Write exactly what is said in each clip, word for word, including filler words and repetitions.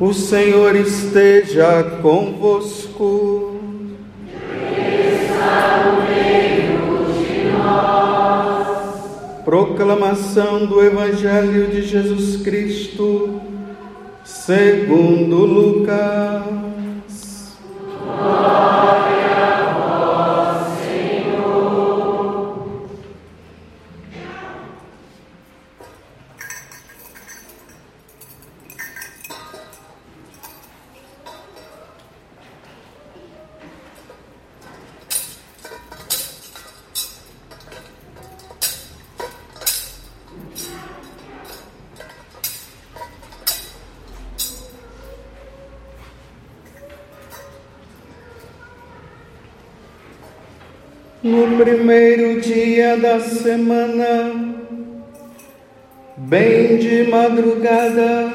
O Senhor esteja convosco. Está no meio de nós. Proclamação do Evangelho de Jesus Cristo, segundo Lucas. Glória a vós, Senhor. No primeiro dia da semana, bem de madrugada,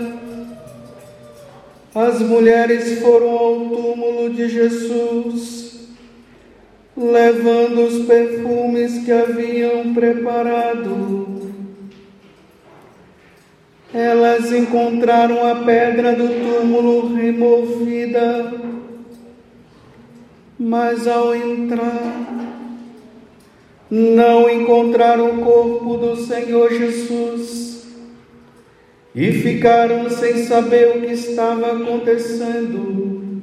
as mulheres foram ao túmulo de Jesus, levando os perfumes que haviam preparado. Elas encontraram a pedra do túmulo removida, mas ao entrar, não encontraram o corpo do Senhor Jesus e ficaram sem saber o que estava acontecendo.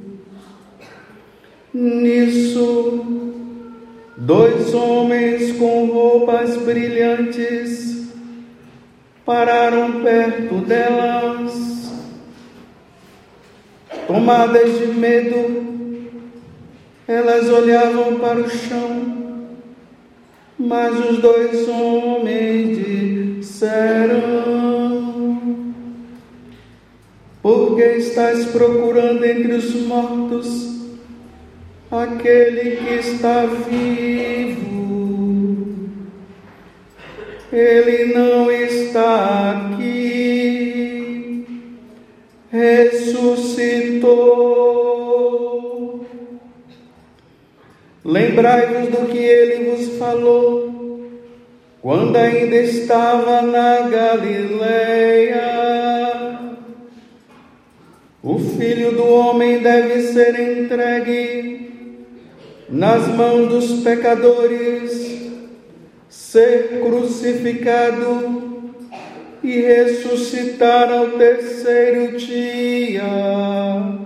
Nisso, dois homens com roupas brilhantes pararam perto delas. Tomadas de medo, elas olhavam para o chão. Mas os dois homens disseram: por que estás procurando entre os mortos aquele que está vivo? Ele não está aqui, ressuscitou. Lembrai-vos do que ele vos falou, quando ainda estava na Galileia. O Filho do Homem deve ser entregue nas mãos dos pecadores, ser crucificado e ressuscitar ao terceiro dia.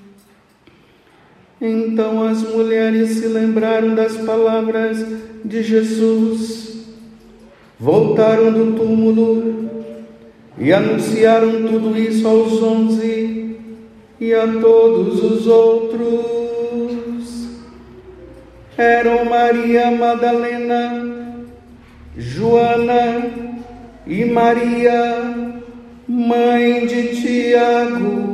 Então as mulheres se lembraram das palavras de Jesus, voltaram do túmulo e anunciaram tudo isso aos onze e a todos os outros. Eram Maria Madalena, Joana e Maria, mãe de Tiago.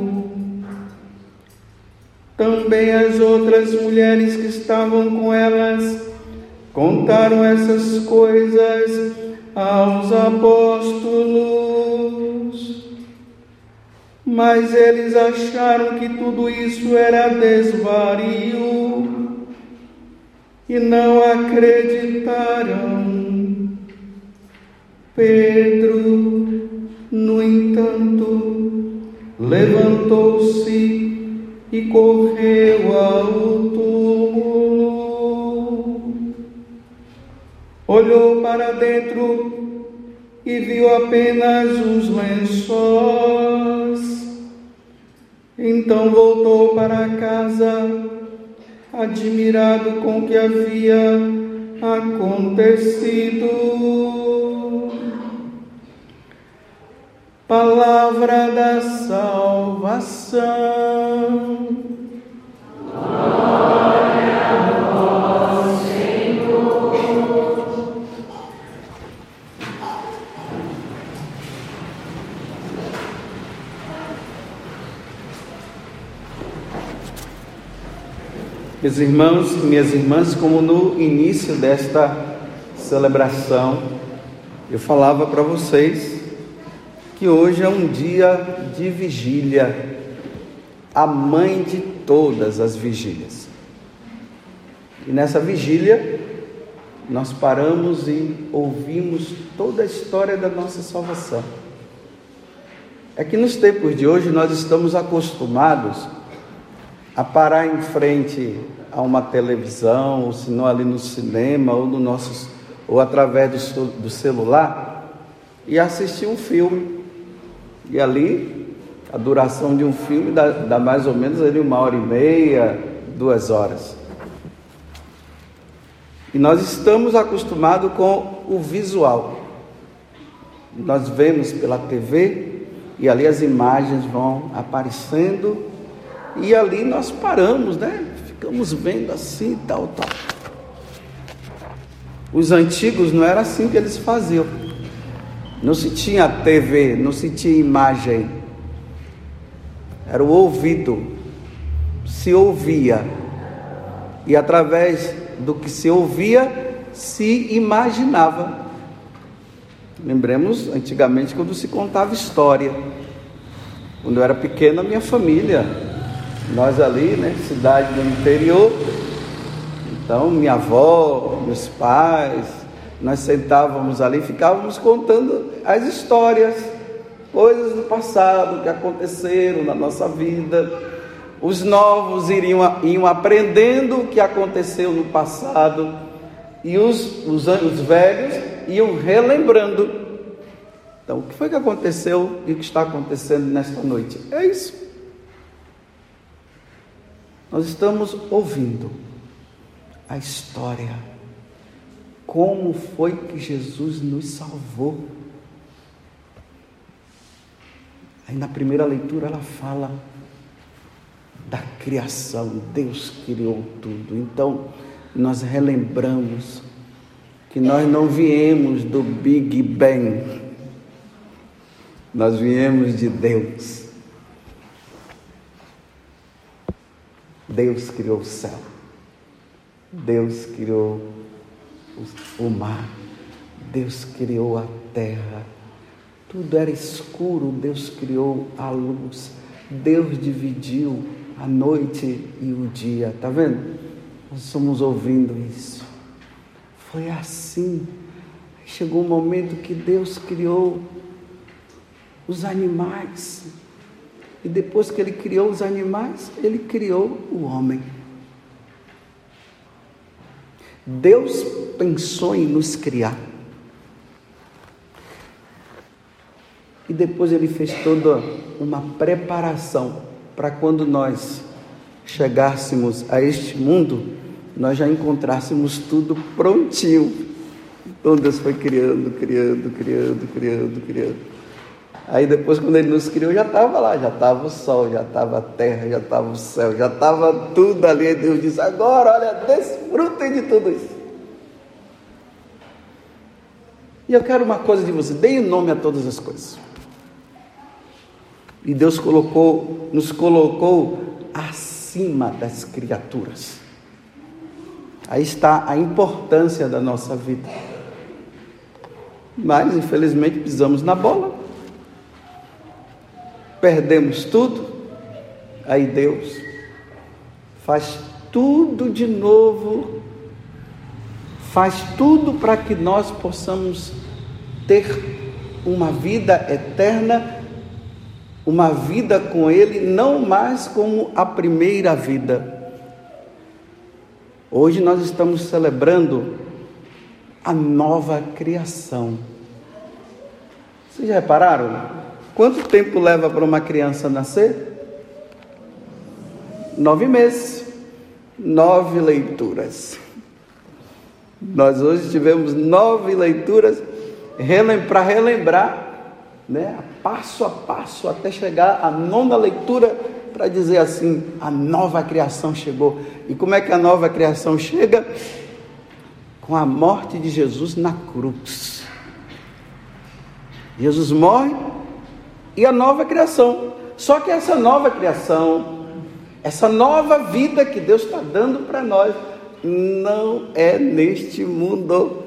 Também as outras mulheres que estavam com elas contaram essas coisas aos apóstolos. Mas eles acharam que tudo isso era desvario e não acreditaram. Pedro, no entanto, levantou-se e correu ao túmulo. Olhou para dentro e viu apenas os lençóis. Então voltou para casa, admirado com o que havia acontecido. Palavra da salvação. Glória a vós, Senhor. Meus irmãos e minhas irmãs, como no início desta celebração eu falava para vocês que hoje é um dia de vigília, a mãe de todas as vigílias. E nessa vigília nós paramos e ouvimos toda a história da nossa salvação. É que nos tempos de hoje nós estamos acostumados a parar em frente a uma televisão, ou se não ali no cinema, ou no nosso, ou através do, do celular, e assistir um filme. E ali, a duração de um filme dá, dá mais ou menos ali uma hora e meia, duas horas. E nós estamos acostumados com o visual. Nós vemos pela T V, e ali as imagens vão aparecendo, e ali nós paramos, né? Ficamos vendo assim, tal, tal. Os antigos não era assim que eles faziam. Não se tinha T V, não se tinha imagem. Era o ouvido. Se ouvia. E através do que se ouvia, se imaginava. Lembremos, antigamente, quando se contava história. Quando eu era pequeno, a minha família, nós ali, né, cidade do interior, então minha avó, meus pais, nós sentávamos ali e ficávamos contando as histórias, coisas do passado que aconteceram na nossa vida. Os novos iriam, iam aprendendo o que aconteceu no passado, e os, os, os velhos iam relembrando. Então, o que foi que aconteceu e o que está acontecendo nesta noite? É isso. Nós estamos ouvindo a história. Como foi que Jesus nos salvou? Aí na primeira leitura ela fala da criação. Deus criou tudo. Então, nós relembramos que nós não viemos do Big Bang. Nós viemos de Deus. Deus criou o céu. Deus criou o mar. Deus criou a terra. Tudo era escuro. Deus criou a luz. Deus dividiu a noite e o dia. Está vendo? Nós estamos ouvindo isso. Foi assim. Chegou um momento que Deus criou os animais. E depois que Ele criou os animais, Ele criou o homem. Deus pensou em nos criar. E depois Ele fez toda uma preparação para quando nós chegássemos a este mundo, nós já encontrássemos tudo prontinho. Então Deus foi criando, criando, criando, criando, criando. Aí depois, quando Ele nos criou, já estava lá, já estava o sol, já estava a terra, já estava o céu, já estava tudo ali. E Deus disse: agora, olha, desfrutem de tudo isso. E eu quero uma coisa de você: deem nome a todas as coisas. E Deus colocou, nos colocou acima das criaturas. Aí está a importância da nossa vida. Mas, infelizmente, pisamos na bola. Perdemos tudo. Aí Deus faz tudo de novo. Faz tudo para que nós possamos ter uma vida eterna, uma vida com Ele, não mais como a primeira vida. Hoje nós estamos celebrando a nova criação. Vocês já repararam? Quanto tempo leva para uma criança nascer? Nove meses. Nove leituras. Nós hoje tivemos nove leituras para relembrar, né, passo a passo, até chegar à nona leitura, para dizer assim: a nova criação chegou. E como é que a nova criação chega? Com a morte de Jesus na cruz. Jesus morre e a nova criação. Só que essa nova criação, essa nova vida que Deus está dando para nós, não é neste mundo.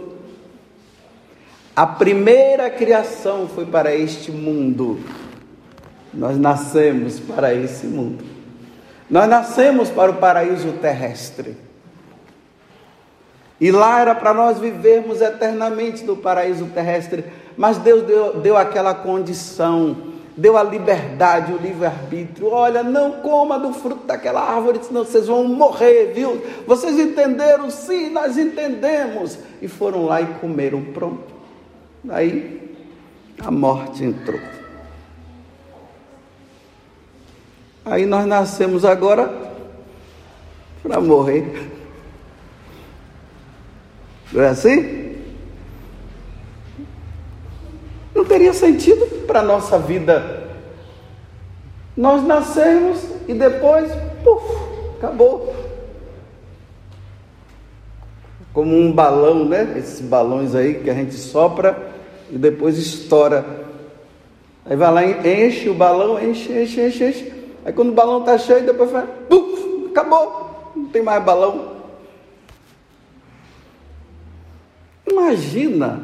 A primeira criação foi para este mundo. Nós nascemos para esse mundo. Nós nascemos para o paraíso terrestre. E lá era para nós vivermos eternamente no paraíso terrestre. Mas Deus deu, deu aquela condição deu a liberdade, o livre-arbítrio. Olha, não coma do fruto daquela árvore, senão vocês vão morrer, viu? Vocês entenderam? Sim, nós entendemos. E foram lá e comeram, pronto. Aí a morte entrou. Aí nós nascemos agora para morrer. Não é assim? Não teria sentido para a nossa vida. Nós nascemos e depois, puf, acabou. Como um balão, né? Esses balões aí que a gente sopra e depois estoura. Aí vai lá, enche o balão, enche, enche, enche, enche. Aí quando o balão está cheio, depois vai, puf, acabou. Não tem mais balão. Imagina.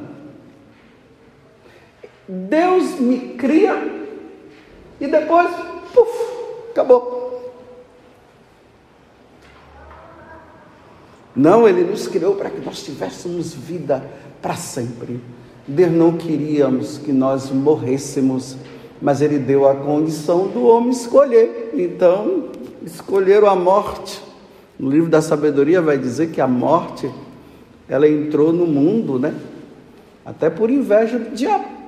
Deus me cria e depois, puf, acabou. Não, Ele nos criou para que nós tivéssemos vida para sempre. Deus não queríamos que nós morrêssemos, mas Ele deu a condição do homem escolher. Então, escolheram a morte. No livro da sabedoria vai dizer que a morte, ela entrou no mundo, né? Até por inveja do diabo.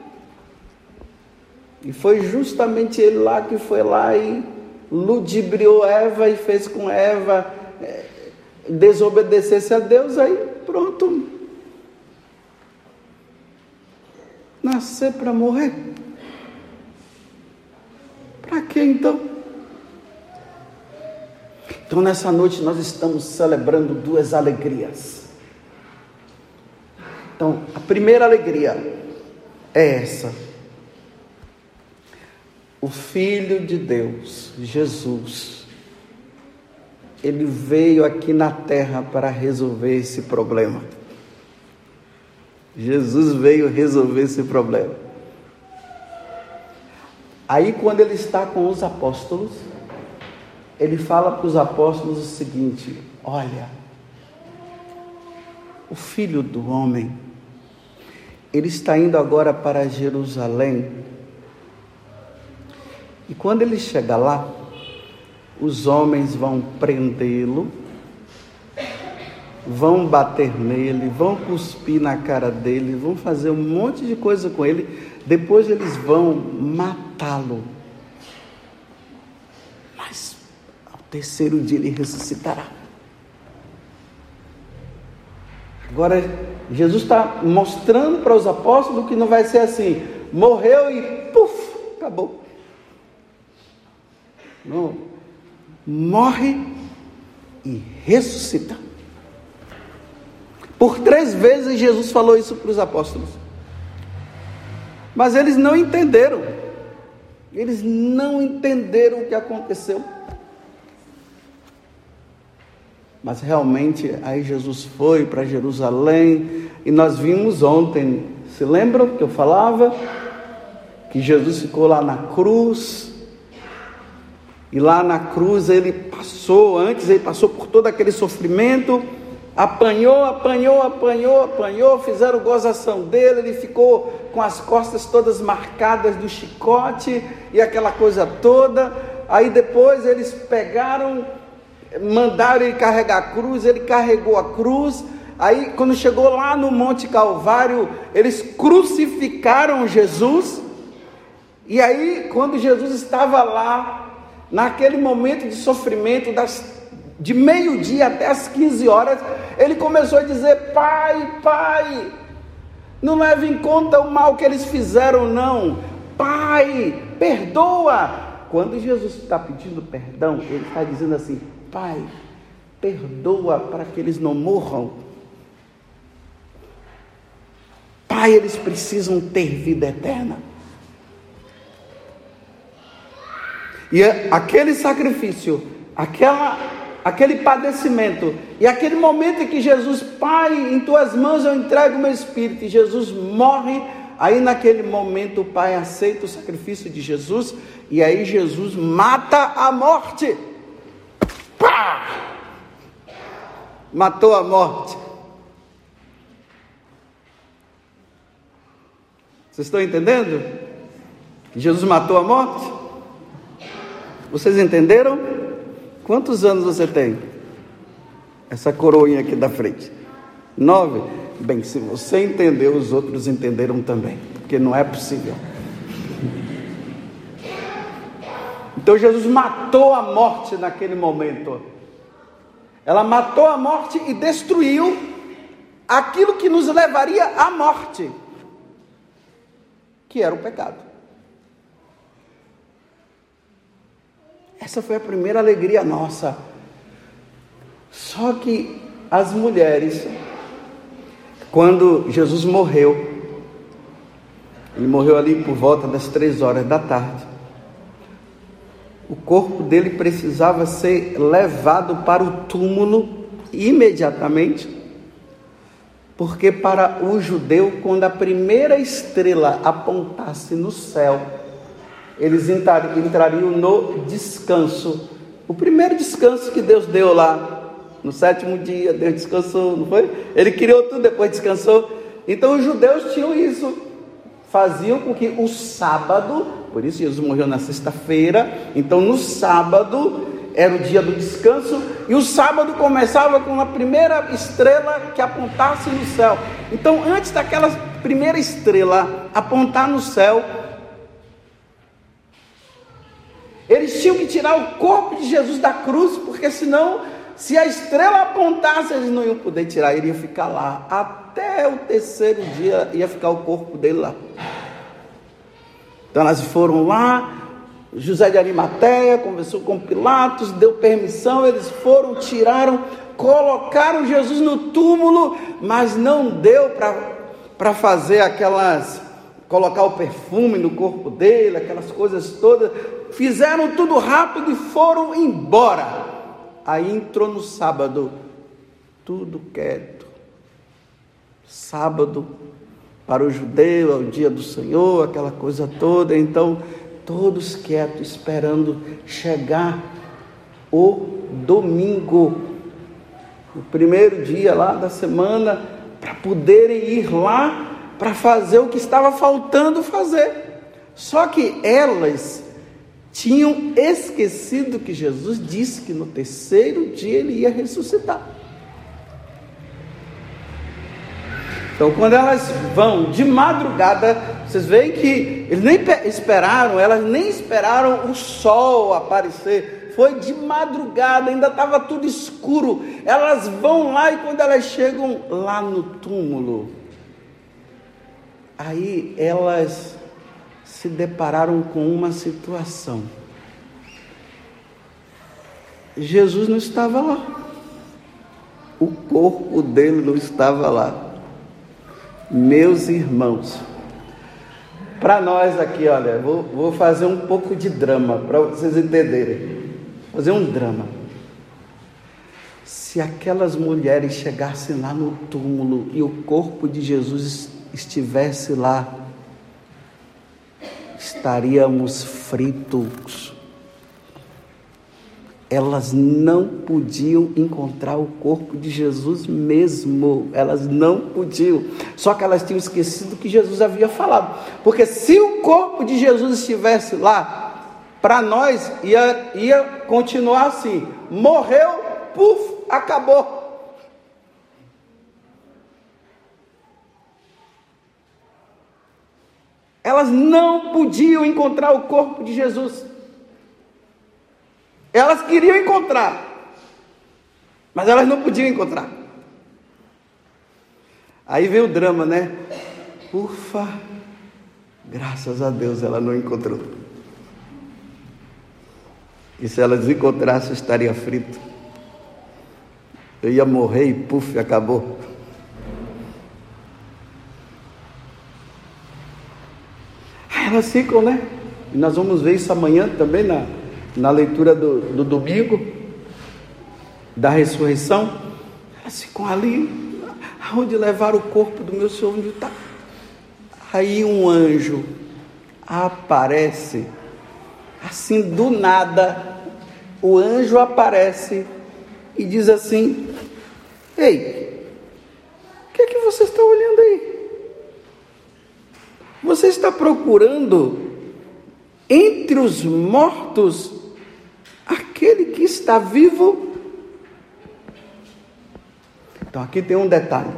E foi justamente ele lá que foi lá e ludibriou Eva e fez com Eva é, desobedecesse a Deus, aí pronto. Nascer para morrer? Para que então? Então nessa noite nós estamos celebrando duas alegrias. Então a primeira alegria é essa. O Filho de Deus, Jesus, Ele veio aqui na terra para resolver esse problema. Jesus veio resolver esse problema. Aí quando Ele está com os apóstolos, Ele fala para os apóstolos o seguinte: olha, o Filho do Homem, Ele está indo agora para Jerusalém. E quando ele chega lá, os homens vão prendê-lo, vão bater nele, vão cuspir na cara dele, vão fazer um monte de coisa com ele, depois eles vão matá-lo. Mas ao terceiro dia ele ressuscitará. Agora, Jesus está mostrando para os apóstolos que não vai ser assim, morreu e puf, acabou. Não, morre e ressuscita. Por três vezes Jesus falou isso para os apóstolos. Mas eles não entenderam. Eles não entenderam o que aconteceu. Mas realmente aí Jesus foi para Jerusalém. E nós vimos ontem, se lembram que eu falava? Que Jesus ficou lá na cruz. E lá na cruz ele passou, antes ele passou por todo aquele sofrimento, apanhou, apanhou, apanhou, apanhou, fizeram gozação dele, ele ficou com as costas todas marcadas do chicote e aquela coisa toda. Aí depois eles pegaram, mandaram ele carregar a cruz, ele carregou a cruz. Aí quando chegou lá no Monte Calvário, eles crucificaram Jesus. E aí quando Jesus estava lá, naquele momento de sofrimento, das, de meio-dia até as quinze horas, ele começou a dizer: Pai, Pai, não leve em conta o mal que eles fizeram, não. Pai, perdoa. Quando Jesus está pedindo perdão, ele está dizendo assim: Pai, perdoa para que eles não morram. Pai, eles precisam ter vida eterna. E aquele sacrifício, aquela, aquele padecimento, e aquele momento em que Jesus: Pai, em tuas mãos eu entrego o meu espírito, e Jesus morre. Aí naquele momento o Pai aceita o sacrifício de Jesus, e aí Jesus mata a morte. Pá! Matou a morte. Vocês estão entendendo? Jesus matou a morte? Vocês entenderam? Quantos anos você tem? Essa coroinha aqui da frente. Nove? Bem, se você entendeu, os outros entenderam também, porque não é possível. Então Jesus matou a morte naquele momento. Ela matou a morte e destruiu aquilo que nos levaria à morte, que era o pecado. Essa foi a primeira alegria nossa. Só que as mulheres, quando Jesus morreu, ele morreu ali por volta das três horas da tarde, o corpo dele precisava ser levado para o túmulo imediatamente, porque para o judeu, quando a primeira estrela apontasse no céu, eles entrariam no descanso, o primeiro descanso que Deus deu lá, no sétimo dia, Deus descansou, não foi? Ele criou tudo, depois descansou. Então os judeus tinham isso, faziam com que o sábado, por isso Jesus morreu na sexta-feira, então no sábado era o dia do descanso, e o sábado começava com a primeira estrela que apontasse no céu. Então antes daquela primeira estrela apontar no céu, eles tinham que tirar o corpo de Jesus da cruz, porque senão, se a estrela apontasse, eles não iam poder tirar, ele ia ficar lá, até o terceiro dia ia ficar o corpo dele lá. Então elas foram lá, José de Arimateia conversou com Pilatos, deu permissão, eles foram, tiraram, colocaram Jesus no túmulo, mas não deu para fazer aquelas, colocar o perfume no corpo dele, aquelas coisas todas, fizeram tudo rápido e foram embora. Aí entrou no sábado, tudo quieto. Sábado, para o judeu, é o dia do Senhor, aquela coisa toda. Então, todos quietos, esperando chegar o domingo, o primeiro dia lá da semana, para poderem ir lá para fazer o que estava faltando fazer. Só que elas tinham esquecido que Jesus disse que no terceiro dia ele ia ressuscitar. Então, quando elas vão de madrugada, vocês veem que eles nem esperaram, elas nem esperaram o sol aparecer. Foi de madrugada, ainda estava tudo escuro. Elas vão lá e quando elas chegam lá no túmulo, aí elas se depararam com uma situação. Jesus não estava lá. O corpo dele não estava lá. Meus irmãos, para nós aqui, olha, vou, vou fazer um pouco de drama, para vocês entenderem. Fazer um drama. Se aquelas mulheres chegassem lá no túmulo e o corpo de Jesus estivesse lá, estaríamos fritos. Elas não podiam encontrar o corpo de Jesus mesmo, elas não podiam, só que elas tinham esquecido que Jesus havia falado, porque se o corpo de Jesus estivesse lá, para nós ia, ia continuar assim, morreu, puf, acabou. Elas não podiam encontrar o corpo de Jesus. Elas queriam encontrar, mas elas não podiam encontrar. Aí veio o drama, né? Ufa, graças a Deus ela não encontrou. E se elas encontrassem, eu estaria frito. Eu ia morrer e puf, acabou. Aí elas ficam, né? E nós vamos ver isso amanhã também na... na leitura do, do domingo, da ressurreição. Elas ficam ali, aonde levar o corpo do meu Senhor, onde está? Aí um anjo aparece, assim do nada, o anjo aparece e diz assim: ei, o que é que você está olhando aí? Você está procurando entre os mortos, aquele que está vivo. Então aqui tem um detalhe.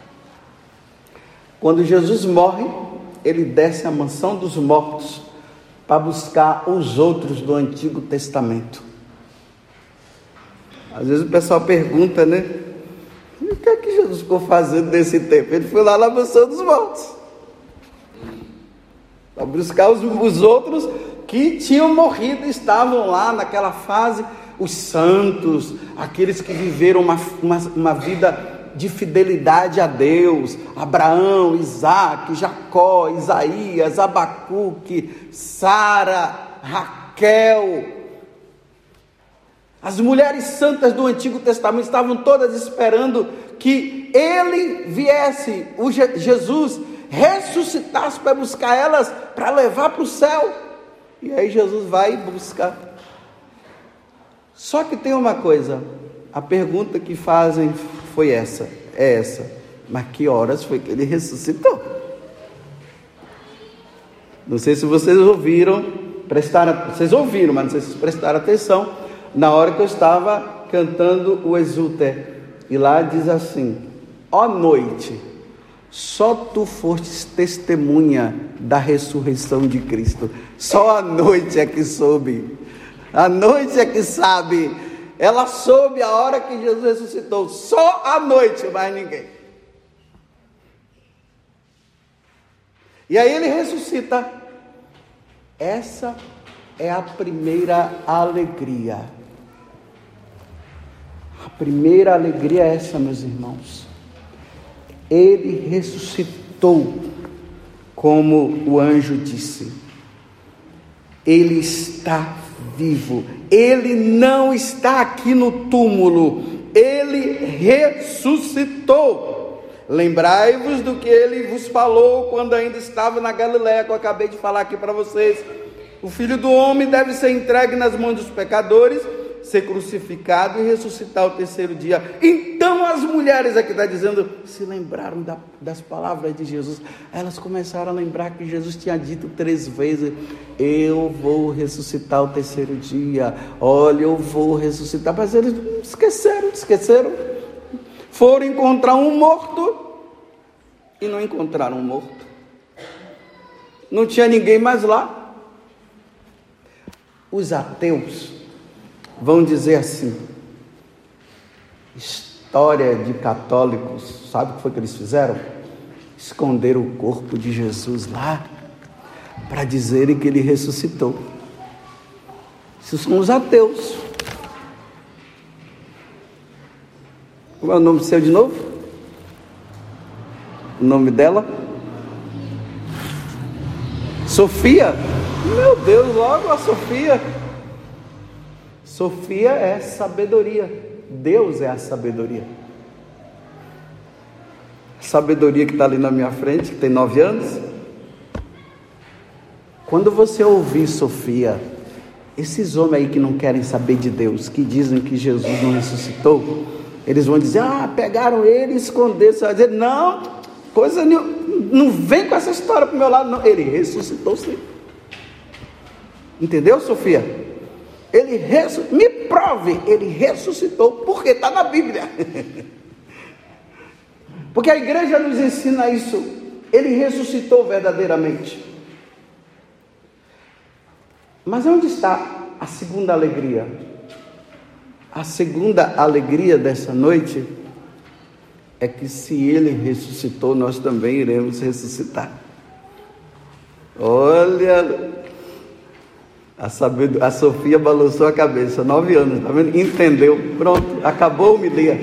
Quando Jesus morre, ele desce à mansão dos mortos para buscar os outros do Antigo Testamento. Às vezes o pessoal pergunta, né? O que é que Jesus ficou fazendo nesse tempo? Ele foi lá na mansão dos mortos para buscar os, os outros que tinham morrido e estavam lá naquela fase, os santos, aqueles que viveram uma, uma, uma vida de fidelidade a Deus, Abraão, Isaac, Jacó, Isaías, Abacuque, Sara, Raquel. As mulheres santas do Antigo Testamento estavam todas esperando que ele viesse, o Je- Jesus ressuscitasse para buscar elas, para levar para o céu. E aí Jesus vai e busca. Só que tem uma coisa, a pergunta que fazem foi essa, é essa, mas que horas foi que ele ressuscitou? Não sei se vocês ouviram, prestaram, vocês ouviram, mas não sei se vocês prestaram atenção, na hora que eu estava cantando o Exulter, e lá diz assim: ó noite, só tu fostes testemunha da ressurreição de Cristo. Só a noite é que soube, a noite é que sabe. Ela soube a hora que Jesus ressuscitou, só a noite, mais ninguém. E aí ele ressuscita. Essa é a primeira alegria. A primeira alegria é essa, meus irmãos. Ele ressuscitou, como o anjo disse. Ele está vivo. Ele não está aqui no túmulo. Ele ressuscitou. Lembrai-vos do que ele vos falou quando ainda estava na Galiléia, que eu acabei de falar aqui para vocês. O Filho do Homem deve ser entregue nas mãos dos pecadores, ser crucificado e ressuscitar ao terceiro dia. Então as mulheres, aqui está dizendo, se lembraram da, das palavras de Jesus. Elas começaram a lembrar que Jesus tinha dito três vezes: eu vou ressuscitar ao terceiro dia, olha, eu vou ressuscitar. Mas eles esqueceram, esqueceram. Foram encontrar um morto e não encontraram um morto. Não tinha ninguém mais lá. Os ateus vão dizer assim: história de católicos. Sabe o que foi que eles fizeram? Esconderam o corpo de Jesus lá, para dizerem que ele ressuscitou. Isso são os ateus. Como é o nome seu de novo? O nome dela? Sofia. Meu Deus, logo a Sofia. Sofia é sabedoria. Deus é a sabedoria. A sabedoria que está ali na minha frente, que tem nove anos. Quando você ouvir Sofia, esses homens aí que não querem saber de Deus, que dizem que Jesus não ressuscitou, eles vão dizer: ah, pegaram ele e esconderam. Você vai dizer: não, coisa nenhuma, não vem com essa história para o meu lado, não. Ele ressuscitou sim. Entendeu, Sofia? Ele ressuscitou, me prove, ele ressuscitou, porque está na Bíblia. Porque a igreja nos ensina isso. Ele ressuscitou verdadeiramente. Mas onde está a segunda alegria? A segunda alegria dessa noite é que se ele ressuscitou, nós também iremos ressuscitar. Olha, a, sabed... a Sofia balançou a cabeça, nove anos, tá vendo? Entendeu, pronto, acabou a homilia.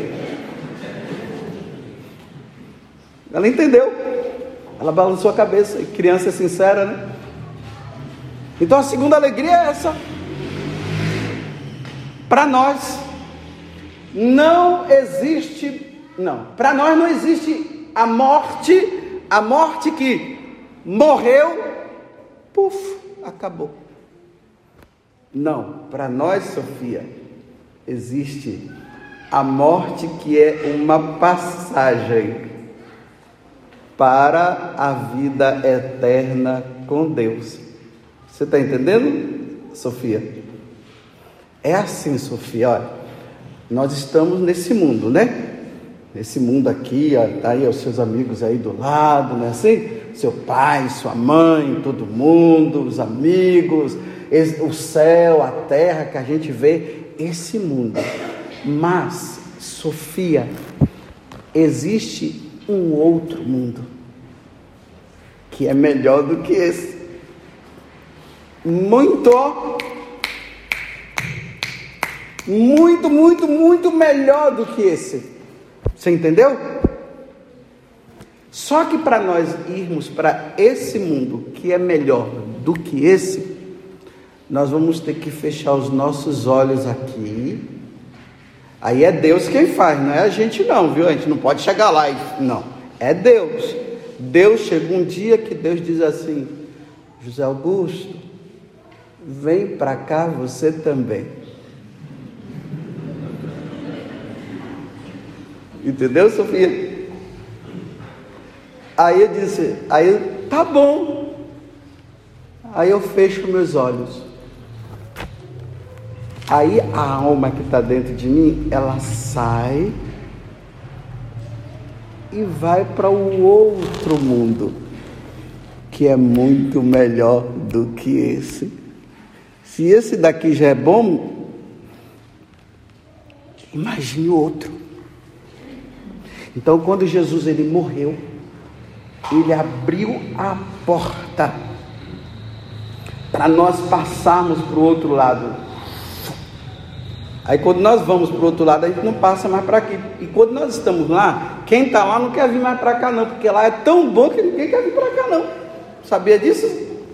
Ela entendeu, ela balançou a cabeça, e criança é sincera, né? Então a segunda alegria é essa. Para nós não existe, não, para nós não existe a morte, a morte que morreu, puf, acabou. Não, para nós, Sofia, existe a morte que é uma passagem para a vida eterna com Deus. Você está entendendo, Sofia? É assim, Sofia, olha, nós estamos nesse mundo, né? Nesse mundo aqui, ó, tá aí os seus amigos aí do lado, né? Assim, seu pai, sua mãe, todo mundo, os amigos, esse, o céu, a terra que a gente vê, esse mundo. Mas, Sofia, existe um outro mundo que é melhor do que esse. Muito, muito, muito, muito melhor do que esse. Você entendeu? Só que para nós irmos para esse mundo que é melhor do que esse, nós vamos ter que fechar os nossos olhos aqui. Aí é Deus quem faz, não é a gente não, viu? A gente não pode chegar lá e... Não, é Deus. Deus chega um dia que Deus diz assim: José Augusto, vem para cá você também. Entendeu, Sofia? Aí eu disse, aí eu, tá bom. Aí eu fecho meus olhos. Aí a alma que está dentro de mim, ela sai e vai para o outro mundo, que é muito melhor do que esse. Se esse daqui já é bom, imagine o outro. Então, quando Jesus ele morreu, ele abriu a porta para nós passarmos para o outro lado. Aí quando nós vamos para o outro lado, a gente não passa mais para aqui. E quando nós estamos lá, quem está lá não quer vir mais para cá não, porque lá é tão bom que ninguém quer vir para cá não. Sabia disso?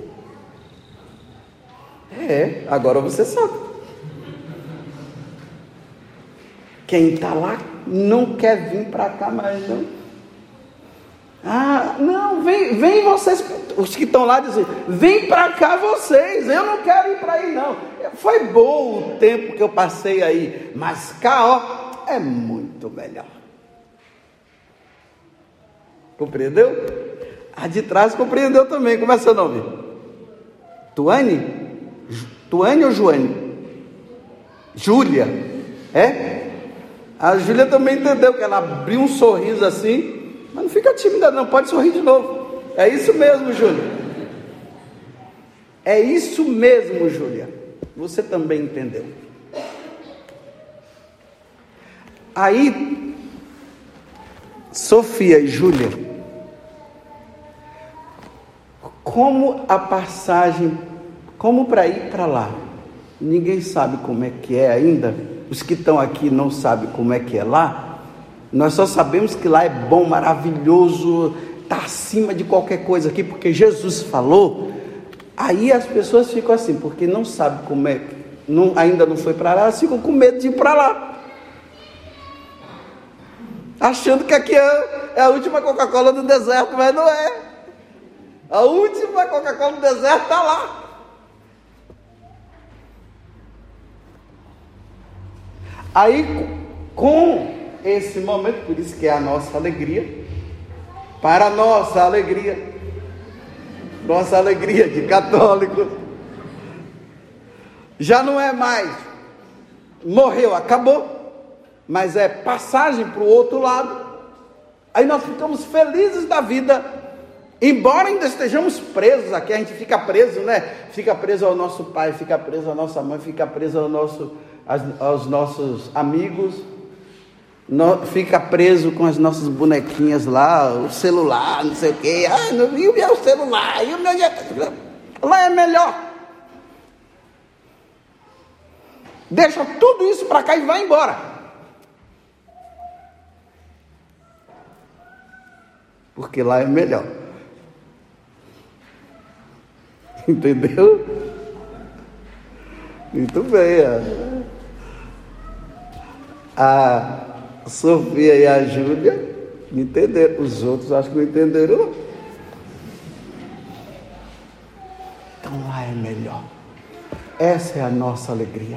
É, agora você sabe. Quem está lá não quer vir para cá mais não. Ah, não, vem, vem vocês, os que estão lá dizem, vem para cá vocês, eu não quero ir para aí não. Foi bom o tempo que eu passei aí, mas cá, ó, é muito melhor. Compreendeu? A de trás compreendeu também. Como é seu nome? Tuane? Tuane ou Joane? Júlia, é? A Júlia também entendeu, que ela abriu um sorriso assim, mas não fica tímida não, pode sorrir de novo. É isso mesmo, Júlia. É isso mesmo, Júlia. Você também entendeu. Aí, Sofia e Júlia, como a passagem, como para ir para lá, ninguém sabe como é que é ainda. Os que estão aqui não sabem como é que é lá. Nós só sabemos que lá é bom, maravilhoso, está acima de qualquer coisa aqui, porque Jesus falou. Aí as pessoas ficam assim, porque não sabem como é, não, ainda não foi para lá, elas ficam com medo de ir para lá, achando que aqui é, é a última Coca-Cola do deserto, mas não é. A última Coca-Cola do deserto está lá. Aí, com esse momento, por isso que é a nossa alegria, para a nossa alegria, nossa alegria de católicos, já não é mais, morreu, acabou, mas é passagem para o outro lado. Aí nós ficamos felizes da vida, embora ainda estejamos presos aqui, a gente fica preso, né? Fica preso ao nosso pai, fica preso à nossa mãe, fica preso ao nosso... aos nossos amigos, no, fica preso com as nossas bonequinhas lá, o celular, não sei o que, ah, não, e o meu celular, e o meu... Lá é melhor. Deixa tudo isso para cá e vai embora. Porque lá é melhor. Entendeu? Muito bem, ó. A Sofia e a Júlia entenderam, os outros acho que não entenderam não. Então lá é melhor. Essa é a nossa alegria.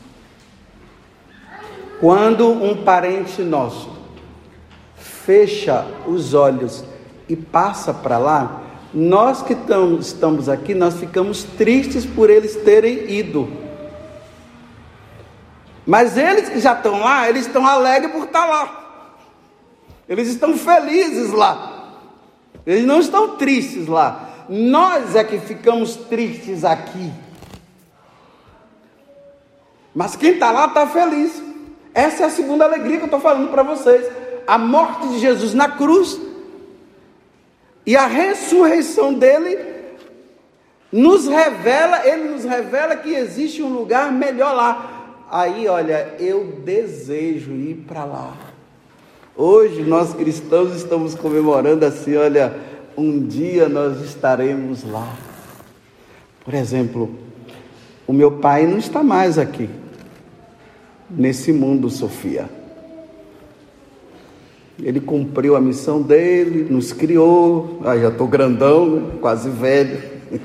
Quando um parente nosso fecha os olhos e passa para lá, Nós que estamos aqui, nós ficamos tristes por eles terem ido. Mas eles que já estão lá, eles estão alegres por estar lá. Eles estão felizes lá. Eles não estão tristes lá. Nós é que ficamos tristes aqui. Mas quem está lá está feliz. Essa é a segunda alegria que eu estou falando para vocês. A morte de Jesus na cruz e a ressurreição dele nos revela, ele nos revela que existe um lugar melhor lá. Aí, olha, eu desejo ir para lá. Hoje nós cristãos estamos comemorando assim, olha, um dia nós estaremos lá. Por exemplo, o meu pai não está mais aqui, nesse mundo, Sofia. Ele cumpriu a missão dele, nos criou. Ah, já estou grandão, né? Quase velho.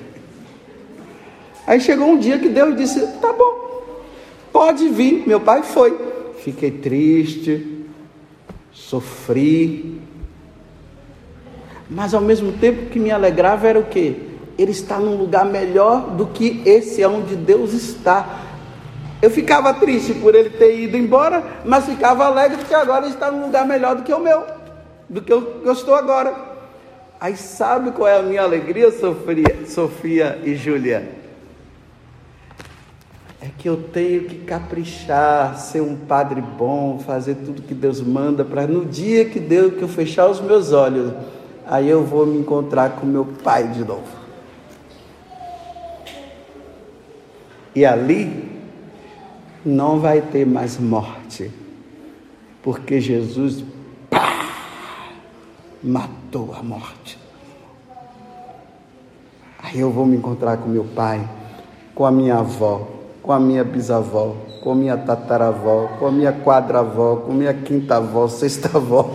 Aí chegou um dia que Deus disse, tá bom, pode vir. Meu pai foi. Fiquei triste, sofri, mas ao mesmo tempo que me alegrava era o quê? Ele está num lugar melhor do que esse onde Deus está. Eu ficava triste por ele ter ido embora, mas ficava alegre porque agora ele está num lugar melhor do que o meu, do que eu, que eu estou agora. Aí sabe qual é a minha alegria, Sofia, Sofia e Júlia? É que eu tenho que caprichar, ser um padre bom, fazer tudo que Deus manda, para no dia que Deus, que eu fechar os meus olhos, aí eu vou me encontrar com meu pai de novo. E ali não vai ter mais morte, porque Jesus pá, matou a morte. Aí eu vou me encontrar com meu pai, com a minha avó, com a minha bisavó, com a minha tataravó, com a minha quadravó, com a minha quinta avó, sexta avó.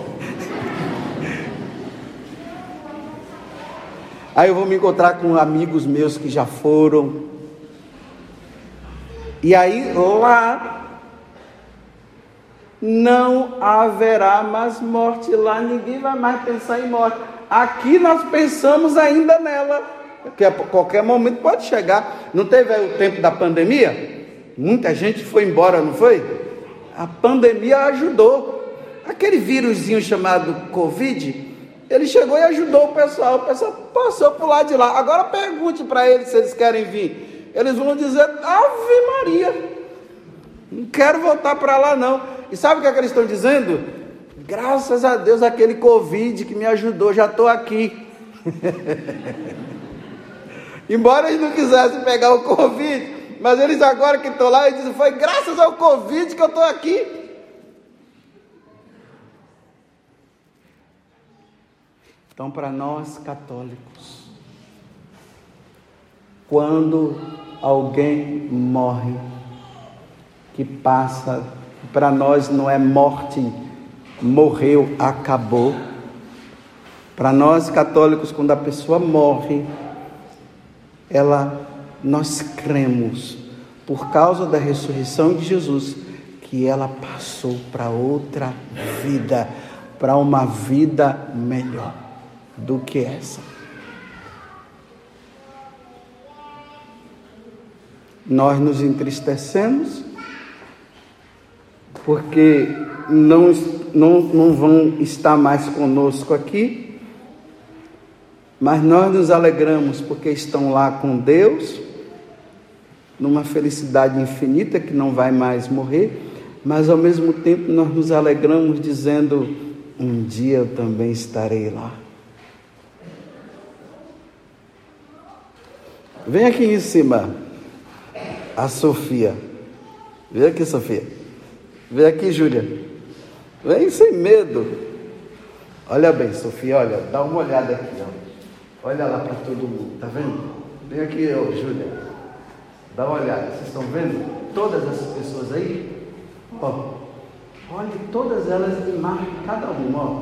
Aí eu vou me encontrar com amigos meus que já foram. E aí lá não haverá mais morte. Lá ninguém vai mais pensar em morte. Aqui nós pensamos ainda nela, porque a qualquer momento pode chegar. Não teve aí o tempo da pandemia? Muita gente foi embora, não foi? A pandemia ajudou. Aquele vírusinho chamado Covid, ele chegou e ajudou o pessoal. O pessoal passou por lá de lá. Agora pergunte para eles se eles querem vir. Eles vão dizer, Ave Maria, não quero voltar para lá não. E sabe o que, é que eles estão dizendo? Graças a Deus, aquele Covid que me ajudou, já estou aqui. Embora eles não quisessem pegar o Covid, mas eles agora que estão lá, eles dizem, foi graças ao Covid que eu estou aqui. Então, para nós católicos, quando alguém morre, que passa, para nós não é morte, morreu, acabou. Para nós católicos, quando a pessoa morre, ela, nós cremos, por causa da ressurreição de Jesus, que ela passou para outra vida, para uma vida melhor do que essa. Nós nos entristecemos porque não, não, não vão estar mais conosco aqui, mas nós nos alegramos porque estão lá com Deus, numa felicidade infinita que não vai mais morrer, mas ao mesmo tempo nós nos alegramos dizendo, um dia eu também estarei lá. Vem aqui em cima a Sofia. Vem aqui, Sofia. Vem aqui, Júlia. Vem sem medo. Olha bem, Sofia, olha, dá uma olhada aqui, ó. Olha lá para todo mundo, tá vendo? Vem aqui, ó, Júlia. Dá uma olhada. Vocês estão vendo todas essas pessoas aí? Ó, olhe todas elas e marque cada uma, ó.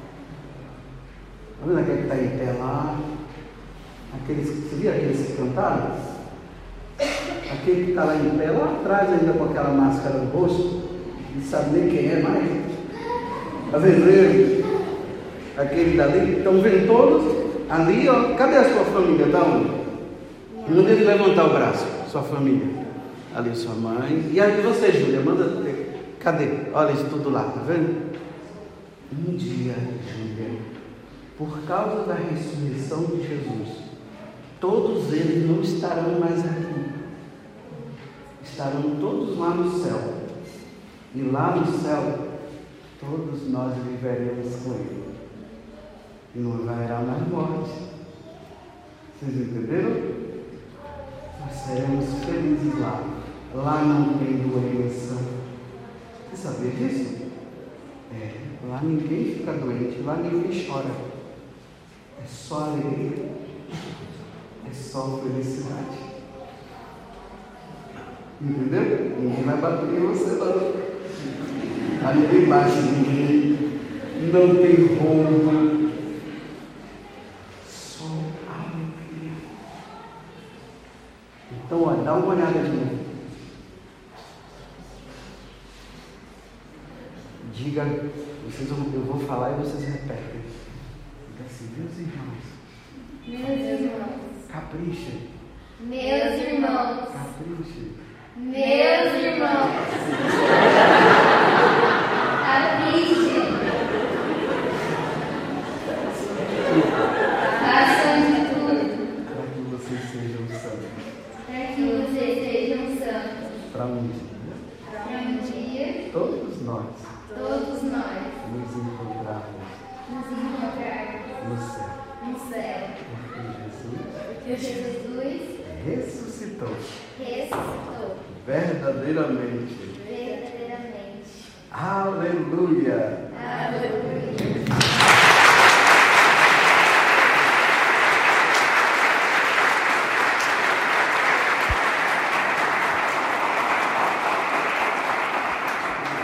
Tá vendo aquele que está em pé lá? Aqueles, você viu aqueles que cantaram? Aquele que está lá em pé, lá atrás ainda com aquela máscara no rosto, não sabe nem quem é mais. Está vendo ele? Aquele dali, estão vendo todos? Ali, ó, cadê a sua família? Tá onde? Não deve levantar o braço, sua família. Ali sua mãe. E aí você, Júlia, manda. Cadê? Olha isso tudo lá, tá vendo? Um dia, Júlia, por causa da ressurreição de Jesus, todos eles não estarão mais aqui. Estarão todos lá no céu. E lá no céu, todos nós viveremos com Ele. E não haverá mais morte. Vocês entenderam? Nós seremos felizes lá. Lá não tem doença. Você sabia disso? É. Lá ninguém fica doente. Lá ninguém chora. É só alegria. É só felicidade. Entendeu? Ninguém vai bater em você não. Lá ninguém bate em ninguém. Não tem roubo. Só alegria. Então, ó, dá uma olhada de novo. Diga, vocês vão, eu vou falar e vocês repetem. Diga assim, meus irmãos. Meus irmãos. Capricha. Meus irmãos. Capricha. Meus irmãos. Capricha. Façam de tudo Para que vocês sejam santos. para que vocês sejam santos. Para um dia. Para um dia, Todos nós todos nós nos encontrarmos nos encontrarmos no céu. no céu. Porque Jesus Jesus ressuscitou ressuscitou verdadeiramente. verdadeiramente. Aleluia!